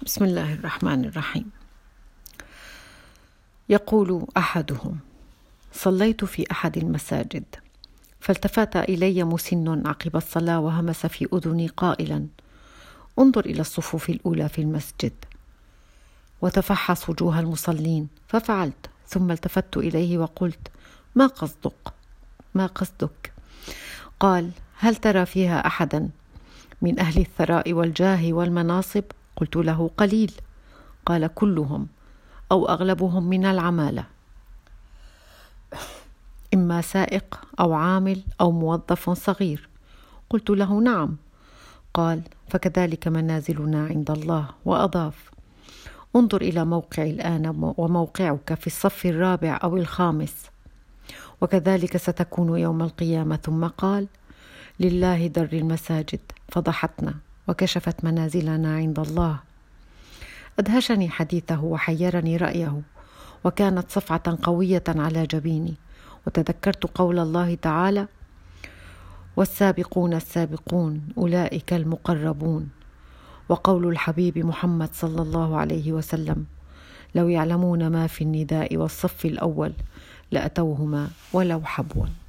بسم الله الرحمن الرحيم. يقول أحدهم: صليت في أحد المساجد، فالتفت إلي مسن عقب الصلاة وهمس في أذني قائلا: انظر إلى الصفوف الأولى في المسجد وتفحص وجوه المصلين. ففعلت، ثم التفت إليه وقلت: ما قصدك؟ قال: هل ترى فيها أحدا من أهل الثراء والجاه والمناصب؟ قلت له: قليل. قال: كلهم أو أغلبهم من العمالة، إما سائق أو عامل أو موظف صغير. قلت له: نعم. قال: فكذلك منازلنا عند الله. وأضاف: انظر إلى موقعي الآن وموقعك في الصف الرابع أو الخامس، وكذلك ستكون يوم القيامة. ثم قال: لله در المساجد، فضحتنا وكشفت منازلنا عند الله. أدهشني حديثه وحيرني رأيه، وكانت صفعة قوية على جبيني. وتذكرت قول الله تعالى: والسابقون السابقون أولئك المقربون، وقول الحبيب محمد صلى الله عليه وسلم: لو يعلمون ما في النداء والصف الأول لأتوهما ولو حبوا.